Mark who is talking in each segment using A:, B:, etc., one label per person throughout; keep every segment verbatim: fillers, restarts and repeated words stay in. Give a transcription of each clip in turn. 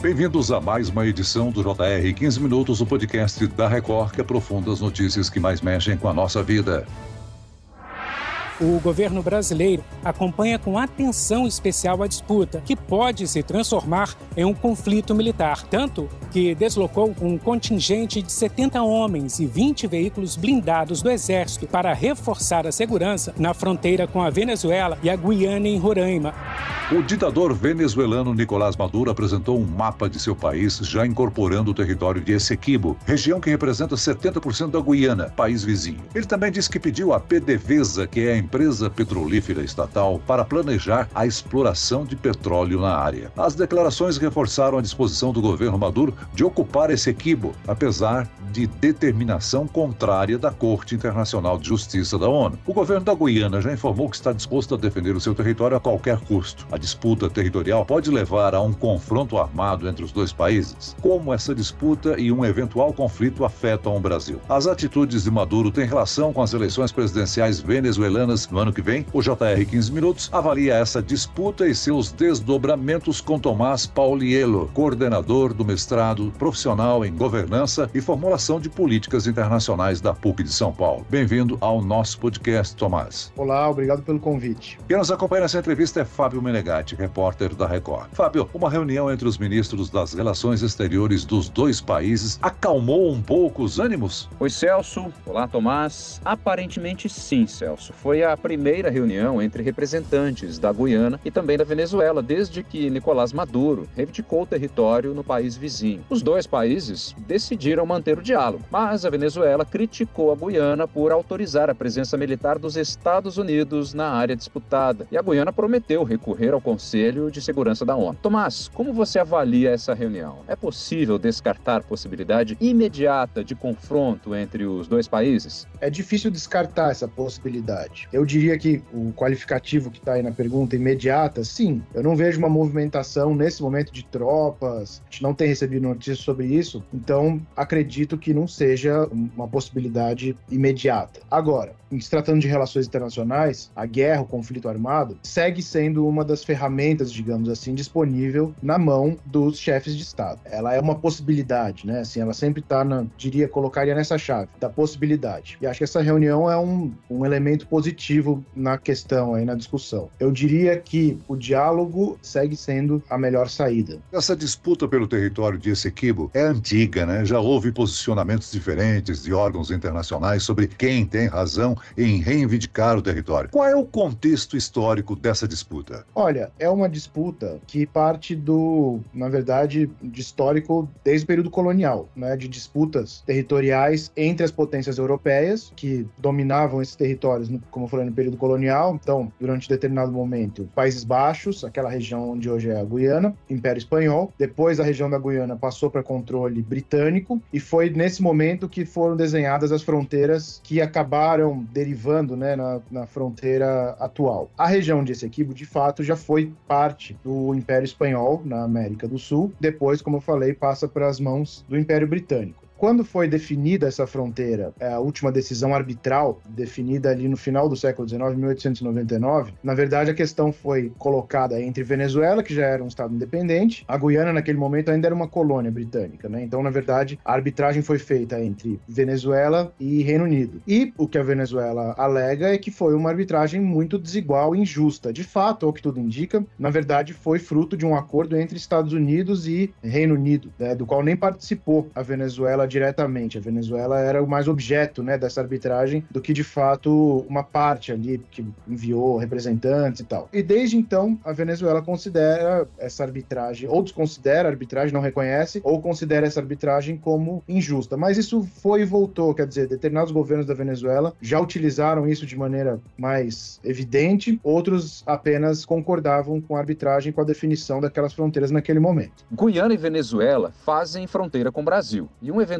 A: Bem-vindos a mais uma edição do J R quinze Minutos, o podcast da Record que aprofunda as notícias que mais mexem com a nossa vida.
B: O governo brasileiro acompanha com atenção especial a disputa, que pode se transformar em um conflito militar, tanto que deslocou um contingente de setenta homens e vinte veículos blindados do Exército para reforçar a segurança na fronteira com a Venezuela e a Guiana em Roraima.
A: O ditador venezuelano Nicolás Maduro apresentou um mapa de seu país, já incorporando o território de Essequibo, região que representa setenta por cento da Guiana, país vizinho. Ele também disse que pediu à PDVSA, que é a empresa petrolífera estatal, para planejar a exploração de petróleo na área. As declarações reforçaram a disposição do governo Maduro de ocupar Essequibo, apesar de determinação contrária da Corte Internacional de Justiça da ONU. O governo da Guiana já informou que está disposto a defender o seu território a qualquer custo. A disputa territorial pode levar a um confronto armado entre os dois países. Como essa disputa e um eventual conflito afetam o Brasil? As atitudes de Maduro têm relação com as eleições presidenciais venezuelanas no ano que vem? O J R quinze Minutos avalia essa disputa e seus desdobramentos com Tomás Pauliello, coordenador do mestrado profissional em governança e formulação de políticas internacionais da P U C de São Paulo. Bem-vindo ao nosso podcast, Tomás.
C: Olá, obrigado pelo convite.
A: Quem nos acompanha nessa entrevista é Fábio Menegatti, repórter da Record. Fábio, uma reunião entre os ministros das Relações Exteriores dos dois países acalmou um pouco os ânimos?
D: Oi, Celso. Olá, Tomás. Aparentemente sim, Celso. Foi a primeira reunião entre representantes da Guiana e também da Venezuela, desde que Nicolás Maduro reivindicou o território no país vizinho. Os dois países decidiram manter o diálogo, mas a Venezuela criticou a Guiana por autorizar a presença militar dos Estados Unidos na área disputada, e a Guiana prometeu recorrer ao Conselho de Segurança da ONU. Tomás, como você avalia essa reunião? É possível descartar a possibilidade imediata de confronto entre os dois países?
C: É difícil descartar essa possibilidade. Eu diria que o qualificativo que está aí na pergunta, imediata, sim. Eu não vejo uma movimentação nesse momento de tropas, a gente não tem recebido notícias sobre isso, então acredito que não seja uma possibilidade imediata. Agora, em se tratando de relações internacionais, a guerra, o conflito armado, segue sendo uma das ferramentas, digamos assim, disponível na mão dos chefes de Estado. Ela é uma possibilidade, né? Assim, ela sempre está, na, diria, colocaria nessa chave da possibilidade. E acho que essa reunião é um, um elemento positivo na questão, aí, na discussão. Eu diria que o diálogo segue sendo a melhor saída.
A: Essa disputa pelo território de Essequibo é antiga, né? Já houve posicionamentos diferentes de órgãos internacionais sobre quem tem razão em reivindicar o território. Qual é o contexto histórico dessa disputa?
C: Olha, é uma disputa que parte do, na verdade, de histórico desde o período colonial, né, de disputas territoriais entre as potências europeias que dominavam esses territórios, como eu falei, no período colonial. Então, durante determinado momento, Países Baixos, aquela região onde hoje é a Guiana, Império Espanhol. Depois, a região da Guiana passou para controle britânico e foi nesse momento que foram desenhadas as fronteiras que acabaram derivando, né, na, na fronteira atual. A região de Essequibo, de fato, já foi parte do Império Espanhol na América do Sul. Depois, como eu falei, passa para as mãos do Império Britânico. Quando foi definida essa fronteira, a última decisão arbitral, definida ali no final do século dezenove, mil oitocentos e noventa e nove, na verdade a questão foi colocada entre Venezuela, que já era um estado independente, a Guiana naquele momento ainda era uma colônia britânica, né? Então, na verdade, a arbitragem foi feita entre Venezuela e Reino Unido. E o que a Venezuela alega é que foi uma arbitragem muito desigual e injusta. De fato, ao que tudo indica, na verdade foi fruto de um acordo entre Estados Unidos e Reino Unido, né? Do qual nem participou a Venezuela diretamente. A Venezuela era o mais objeto, né, dessa arbitragem do que, de fato, uma parte ali que enviou representantes e tal. E desde então, a Venezuela considera essa arbitragem, ou desconsidera a arbitragem, não reconhece, ou considera essa arbitragem como injusta. Mas isso foi e voltou, quer dizer, determinados governos da Venezuela já utilizaram isso de maneira mais evidente, outros apenas concordavam com a arbitragem, com a definição daquelas fronteiras naquele momento.
D: Guiana e Venezuela fazem fronteira com o Brasil, e um eventual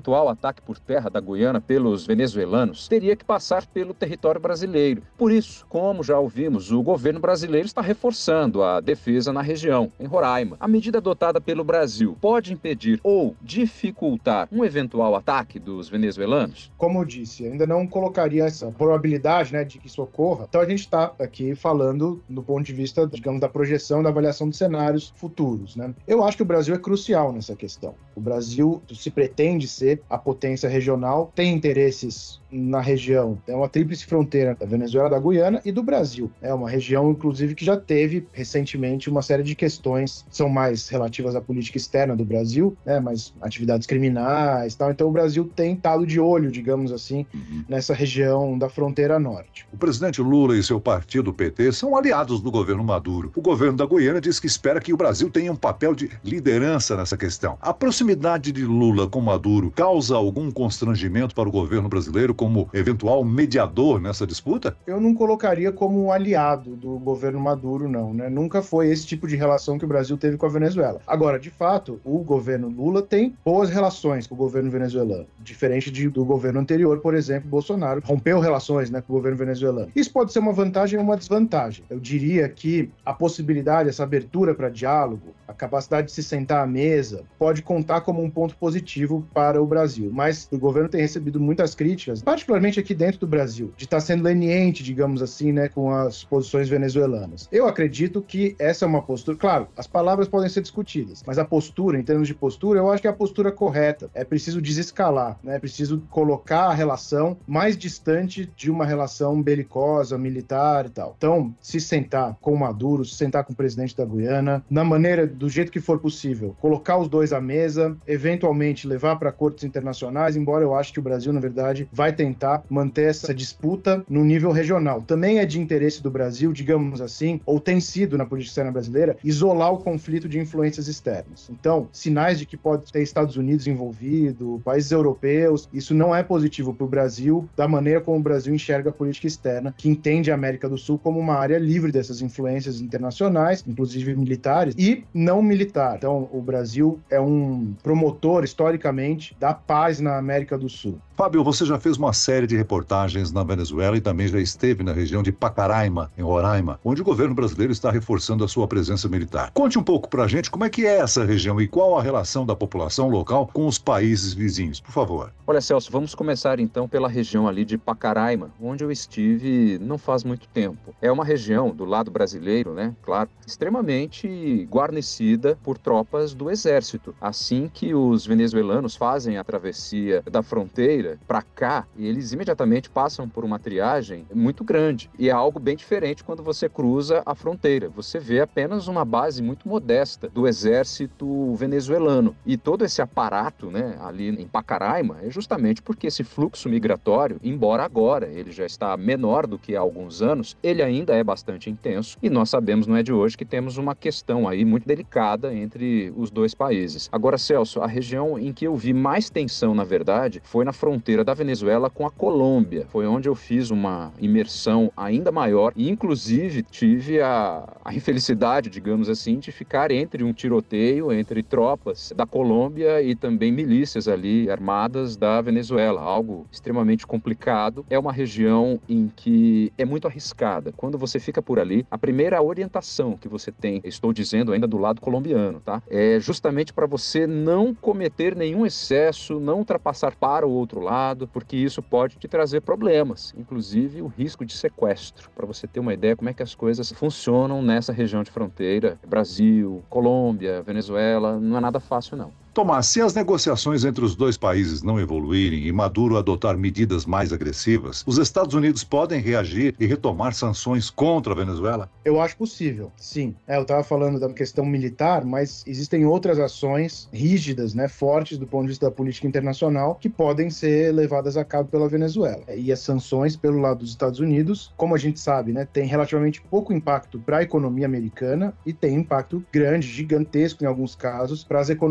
D: eventual ataque por terra da Guiana pelos venezuelanos teria que passar pelo território brasileiro. Por isso, como já ouvimos, o governo brasileiro está reforçando a defesa na região, em Roraima. A medida adotada pelo Brasil pode impedir ou dificultar um eventual ataque dos venezuelanos?
C: Como eu disse, ainda não colocaria essa probabilidade, né, de que isso ocorra. Então a gente está aqui falando do ponto de vista, digamos, da projeção, da avaliação de cenários futuros, né? Eu acho que o Brasil é crucial nessa questão. O Brasil se pretende ser a potência regional, tem interesses na região. É uma tríplice fronteira da Venezuela, da Guiana e do Brasil. É uma região, inclusive, que já teve recentemente uma série de questões que são mais relativas à política externa do Brasil, né, mas atividades criminais e tal. Então o Brasil tem estado de olho, digamos assim, uhum. nessa região da fronteira norte.
A: O presidente Lula e seu partido P T são aliados do governo Maduro. O governo da Guiana diz que espera que o Brasil tenha um papel de liderança nessa questão. A proximidade de Lula com Maduro causa algum constrangimento para o governo brasileiro como eventual mediador nessa disputa?
C: Eu não colocaria como um aliado do governo Maduro, não, né? Nunca foi esse tipo de relação que o Brasil teve com a Venezuela. Agora, de fato, o governo Lula tem boas relações com o governo venezuelano, diferente de, do governo anterior, por exemplo, Bolsonaro rompeu relações, né, com o governo venezuelano. Isso pode ser uma vantagem ou uma desvantagem. Eu diria que a possibilidade, essa abertura para diálogo, a capacidade de se sentar à mesa, pode contar como um ponto positivo para o Brasil. Mas o governo tem recebido muitas críticas, particularmente aqui dentro do Brasil, de estar sendo leniente, digamos assim, né, com as posições venezuelanas. Eu acredito que essa é uma postura... Claro, as palavras podem ser discutidas, mas a postura, em termos de postura, eu acho que é a postura correta. É preciso desescalar, né? É preciso colocar a relação mais distante de uma relação belicosa, militar e tal. Então, se sentar com o Maduro, se sentar com o presidente da Guiana, na maneira, do jeito que for possível, colocar os dois à mesa, eventualmente levar para cortes internacionais, embora eu acho que o Brasil, na verdade, vai tentar manter essa disputa no nível regional. Também é de interesse do Brasil, digamos assim, ou tem sido na política externa brasileira, isolar o conflito de influências externas. Então, sinais de que pode ter Estados Unidos envolvido, países europeus, isso não é positivo para o Brasil, da maneira como o Brasil enxerga a política externa, que entende a América do Sul como uma área livre dessas influências internacionais, inclusive militares, e não militar. Então, o Brasil é um promotor, historicamente, da paz na América do Sul.
A: Fábio, você já fez uma série de reportagens na Venezuela e também já esteve na região de Pacaraima, em Roraima, onde o governo brasileiro está reforçando a sua presença militar. Conte um pouco pra gente como é que é essa região e qual a relação da população local com os países vizinhos, por favor.
D: Olha, Celso, vamos começar então pela região ali de Pacaraima, onde eu estive não faz muito tempo. É uma região do lado brasileiro, né, claro, extremamente guarnecida por tropas do exército. Assim que os venezuelanos fazem a travessia da fronteira para cá, eles imediatamente passam por uma triagem muito grande. E é algo bem diferente quando você cruza a fronteira. Você vê apenas uma base muito modesta do exército venezuelano. E todo esse aparato, né, ali em Pacaraima é justamente porque esse fluxo migratório, embora agora ele já está menor do que há alguns anos, ele ainda é bastante intenso. E nós sabemos, não é de hoje, que temos uma questão aí muito delicada entre os dois países. Agora, Celso, a região em que eu vi mais tensão, na verdade, foi na fronteira da Venezuela com a Colômbia. Foi onde eu fiz uma imersão ainda maior e, inclusive, tive a, a infelicidade, digamos assim, de ficar entre um tiroteio entre tropas da Colômbia e também milícias ali armadas da Venezuela. Algo extremamente complicado. É uma região em que é muito arriscada. Quando você fica por ali, a primeira orientação que você tem, estou dizendo ainda do lado colombiano, tá? É justamente para você não cometer nenhum excesso, não ultrapassar para o outro lado, porque isso pode te trazer problemas, inclusive o risco de sequestro. Para você ter uma ideia como é que as coisas funcionam nessa região de fronteira, Brasil, Colômbia, Venezuela, não é nada fácil não.
A: Tomás, se as negociações entre os dois países não evoluírem e Maduro adotar medidas mais agressivas, os Estados Unidos podem reagir e retomar sanções contra a Venezuela?
C: Eu acho possível, sim. É, eu estava falando da questão militar, mas existem outras ações rígidas, né, fortes do ponto de vista da política internacional, que podem ser levadas a cabo pela Venezuela. E as sanções pelo lado dos Estados Unidos, como a gente sabe, né, tem relativamente pouco impacto para a economia americana e tem impacto grande, gigantesco em alguns casos, para as economias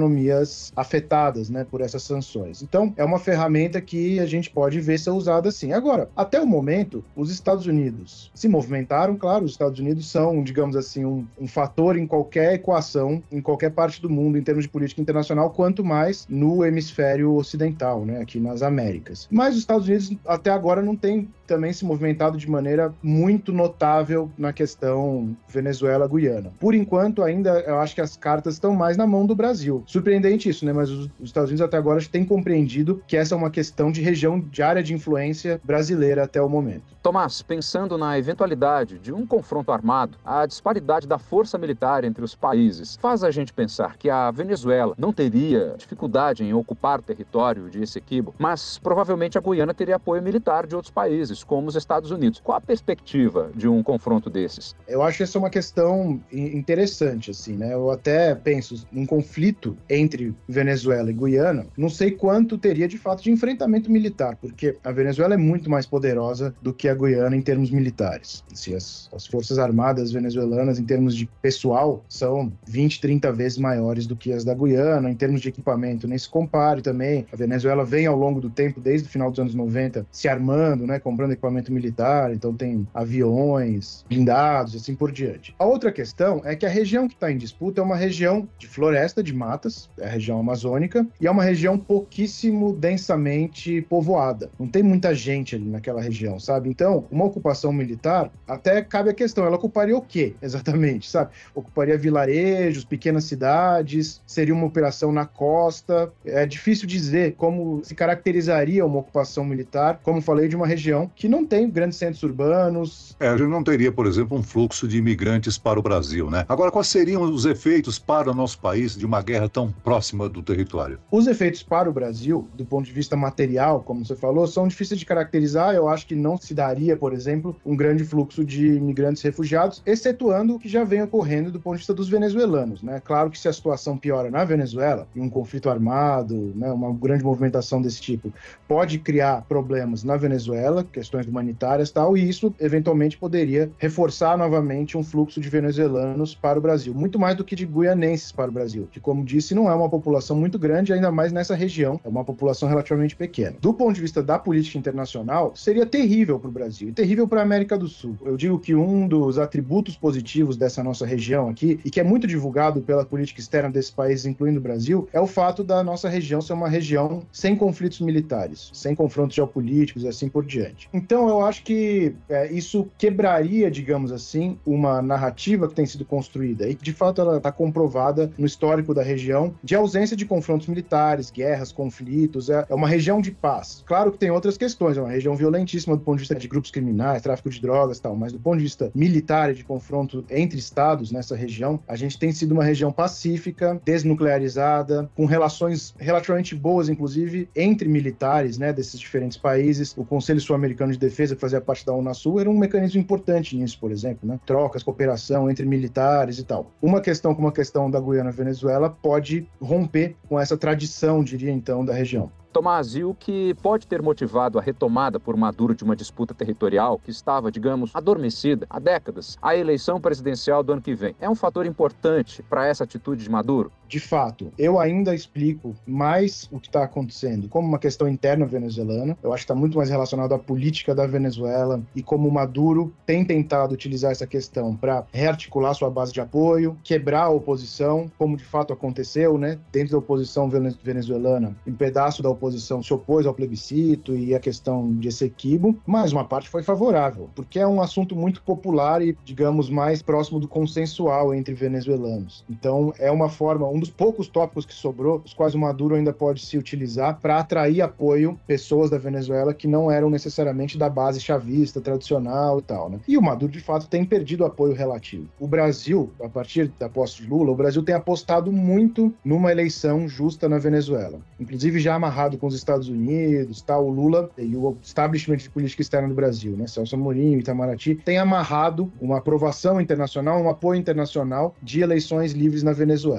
C: economias afetadas, né, por essas sanções. Então, é uma ferramenta que a gente pode ver ser usada assim. Agora, até o momento, os Estados Unidos se movimentaram, claro, os Estados Unidos são, digamos assim, um, um fator em qualquer equação, em qualquer parte do mundo, em termos de política internacional, quanto mais no hemisfério ocidental, né, aqui nas Américas. Mas os Estados Unidos, até agora, não tem também se movimentado de maneira muito notável na questão Venezuela-Guiana. Por enquanto, ainda, eu acho que as cartas estão mais na mão do Brasil. Surpreendente isso, né? Mas os, os Estados Unidos até agora têm compreendido que essa é uma questão de região, de área de influência brasileira até o momento.
D: Tomás, pensando na eventualidade de um confronto armado, a disparidade da força militar entre os países faz a gente pensar que a Venezuela não teria dificuldade em ocupar o território de Essequibo, mas provavelmente a Guiana teria apoio militar de outros países, como os Estados Unidos. Qual a perspectiva de um confronto desses?
C: Eu acho essa uma questão interessante, assim, né? Eu até penso em um conflito entre Venezuela e Guiana, não sei quanto teria de fato de enfrentamento militar, porque a Venezuela é muito mais poderosa do que a Guiana em termos militares. Assim, as, as forças armadas venezuelanas, em termos de pessoal, são vinte, trinta vezes maiores do que as da Guiana. Em termos de equipamento, nem se compare também. A Venezuela vem ao longo do tempo, desde o final dos anos noventa, se armando, né, comprando equipamento militar, então tem aviões, blindados, assim por diante. A outra questão é que a região que está em disputa é uma região de floresta, de matas, é a região amazônica, e é uma região pouquíssimo densamente povoada. Não tem muita gente ali naquela região, sabe? Então, uma ocupação militar, até cabe a questão, ela ocuparia o quê, exatamente, sabe? Ocuparia vilarejos, pequenas cidades, seria uma operação na costa, é difícil dizer como se caracterizaria uma ocupação militar, como falei, de uma região que não tem grandes centros urbanos.
A: É, a gente não teria, por exemplo, um fluxo de imigrantes para o Brasil, né? Agora, quais seriam os efeitos para o nosso país de uma guerra tão próxima do território?
C: Os efeitos para o Brasil, do ponto de vista material, como você falou, são difíceis de caracterizar. Eu acho que não se daria, por exemplo, um grande fluxo de imigrantes refugiados, excetuando o que já vem ocorrendo do ponto de vista dos venezuelanos, né? Claro que se a situação piora na Venezuela, e um conflito armado, né, uma grande movimentação desse tipo, pode criar problemas na Venezuela, questões humanitárias e tal, e isso eventualmente poderia reforçar novamente um fluxo de venezuelanos para o Brasil, muito mais do que de guianenses para o Brasil, que, como disse, não é uma população muito grande, ainda mais nessa região, é uma população relativamente pequena. Do ponto de vista da política internacional, seria terrível para o Brasil e terrível para a América do Sul. Eu digo que um dos atributos positivos dessa nossa região aqui, e que é muito divulgado pela política externa desses países, incluindo o Brasil, é o fato da nossa região ser uma região sem conflitos militares, sem confrontos geopolíticos e assim por diante. Então, eu acho que é, isso quebraria, digamos assim, uma narrativa que tem sido construída e que, de fato, ela está comprovada no histórico da região de ausência de confrontos militares, guerras, conflitos. É, é uma região de paz. Claro que tem outras questões, é uma região violentíssima do ponto de vista de grupos criminais, tráfico de drogas e tal, mas do ponto de vista militar e de confronto entre estados nessa região, a gente tem sido uma região pacífica, desnuclearizada, com relações relativamente boas, inclusive, entre militares, né, desses diferentes países. O Conselho Sul-Americano de Defesa, que fazia parte da Unasul, era um mecanismo importante nisso, por exemplo, né? Trocas, cooperação entre militares e tal. Uma questão como a questão da Guiana-Venezuela pode romper com essa tradição, diria então, da região.
D: Tomás, e o que pode ter motivado a retomada por Maduro de uma disputa territorial que estava, digamos, adormecida há décadas, a eleição presidencial do ano que vem, é um fator importante para essa atitude de Maduro?
C: De fato, eu ainda explico mais o que está acontecendo como uma questão interna venezuelana. Eu acho que está muito mais relacionado à política da Venezuela e como o Maduro tem tentado utilizar essa questão para rearticular sua base de apoio, quebrar a oposição, como de fato aconteceu, né? Dentro da oposição venezuelana, um pedaço da oposição oposição se opôs ao plebiscito e a questão de Essequibo, mas uma parte foi favorável, porque é um assunto muito popular e, digamos, mais próximo do consensual entre venezuelanos. Então, é uma forma, um dos poucos tópicos que sobrou, os quais o Maduro ainda pode se utilizar para atrair apoio pessoas da Venezuela que não eram necessariamente da base chavista, tradicional e tal, né? E o Maduro, de fato, tem perdido apoio relativo. O Brasil, a partir da posse de Lula, o Brasil tem apostado muito numa eleição justa na Venezuela. Inclusive, já amarrado com os Estados Unidos, tá? O Lula e o establishment de política externa do Brasil, né? Celso Amorim, Itamaraty, tem amarrado uma aprovação internacional, um apoio internacional de eleições livres na Venezuela.
A: Agora,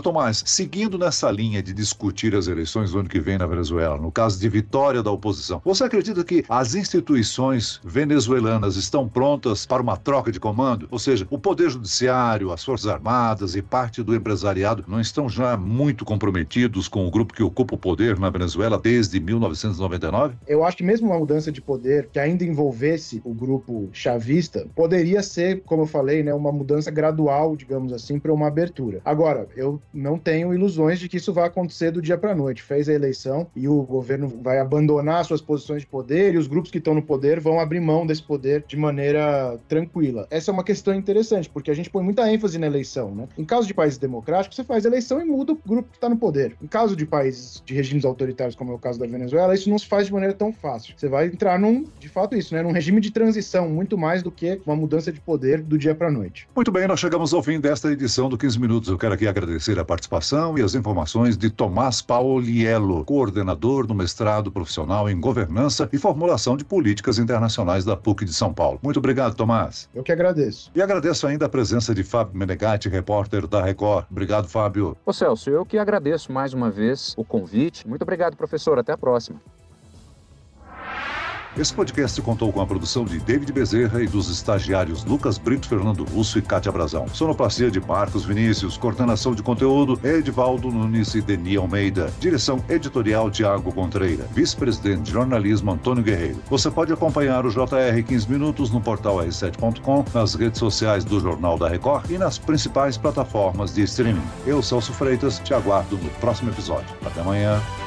A: Tomás, seguindo nessa linha de discutir as eleições do ano que vem na Venezuela, no caso de vitória da oposição, você acredita que as instituições venezuelanas estão prontas para uma troca de comando? Ou seja, o Poder Judiciário, as Forças Armadas e parte do empresariado não estão já muito comprometidos com o grupo que ocupa o poder na Venezuela desde mil novecentos e noventa e nove?
C: Eu acho que mesmo uma mudança de poder que ainda envolvesse o grupo chavista, poderia ser, como eu falei, né, uma mudança gradual, digamos assim, para uma abertura. Agora, eu não tenho ilusões de que isso vai acontecer do dia para a noite. Fez a eleição e o governo vai abandonar suas posições de poder e os grupos que estão no poder vão abrir mão desse poder de maneira tranquila. Essa é uma questão interessante, porque a gente põe muita ênfase na eleição, né? Em caso de países democráticos, você faz eleição e muda o grupo que está no poder. Em caso de países de regimes autoritários, como é o caso da Venezuela, isso não se faz de maneira tão fácil. Você vai entrar num, de fato isso, né? Num regime de transição, muito mais do que uma mudança de poder do dia para a noite.
A: Muito bem, nós chegamos ao fim desta edição do quinze Minutos. Eu quero aqui agradecer a participação e as informações de Tomás Pauliello, coordenador do mestrado profissional em governança e formulação de políticas internacionais da P U C de São Paulo. Muito obrigado, Tomás.
C: Eu que agradeço.
A: E agradeço ainda a presença de Fábio Menegatti, repórter da Record. Obrigado, Fábio.
D: Ô Celso, eu que agradeço mais uma vez o convite. Muito obrigado, professor. Até a próxima.
A: Esse podcast contou com a produção de David Bezerra e dos estagiários Lucas Brito, Fernando Russo e Cátia Brazão. Sonoplastia de Marcos Vinícius, coordenação de conteúdo Edivaldo Nunes e Deni Almeida. Direção editorial Tiago Contreira. Vice-presidente de jornalismo Antônio Guerreiro. Você pode acompanhar o J R quinze Minutos no portal r sete ponto com, nas redes sociais do Jornal da Record e nas principais plataformas de streaming. Eu, Celso Freitas, te aguardo no próximo episódio. Até amanhã.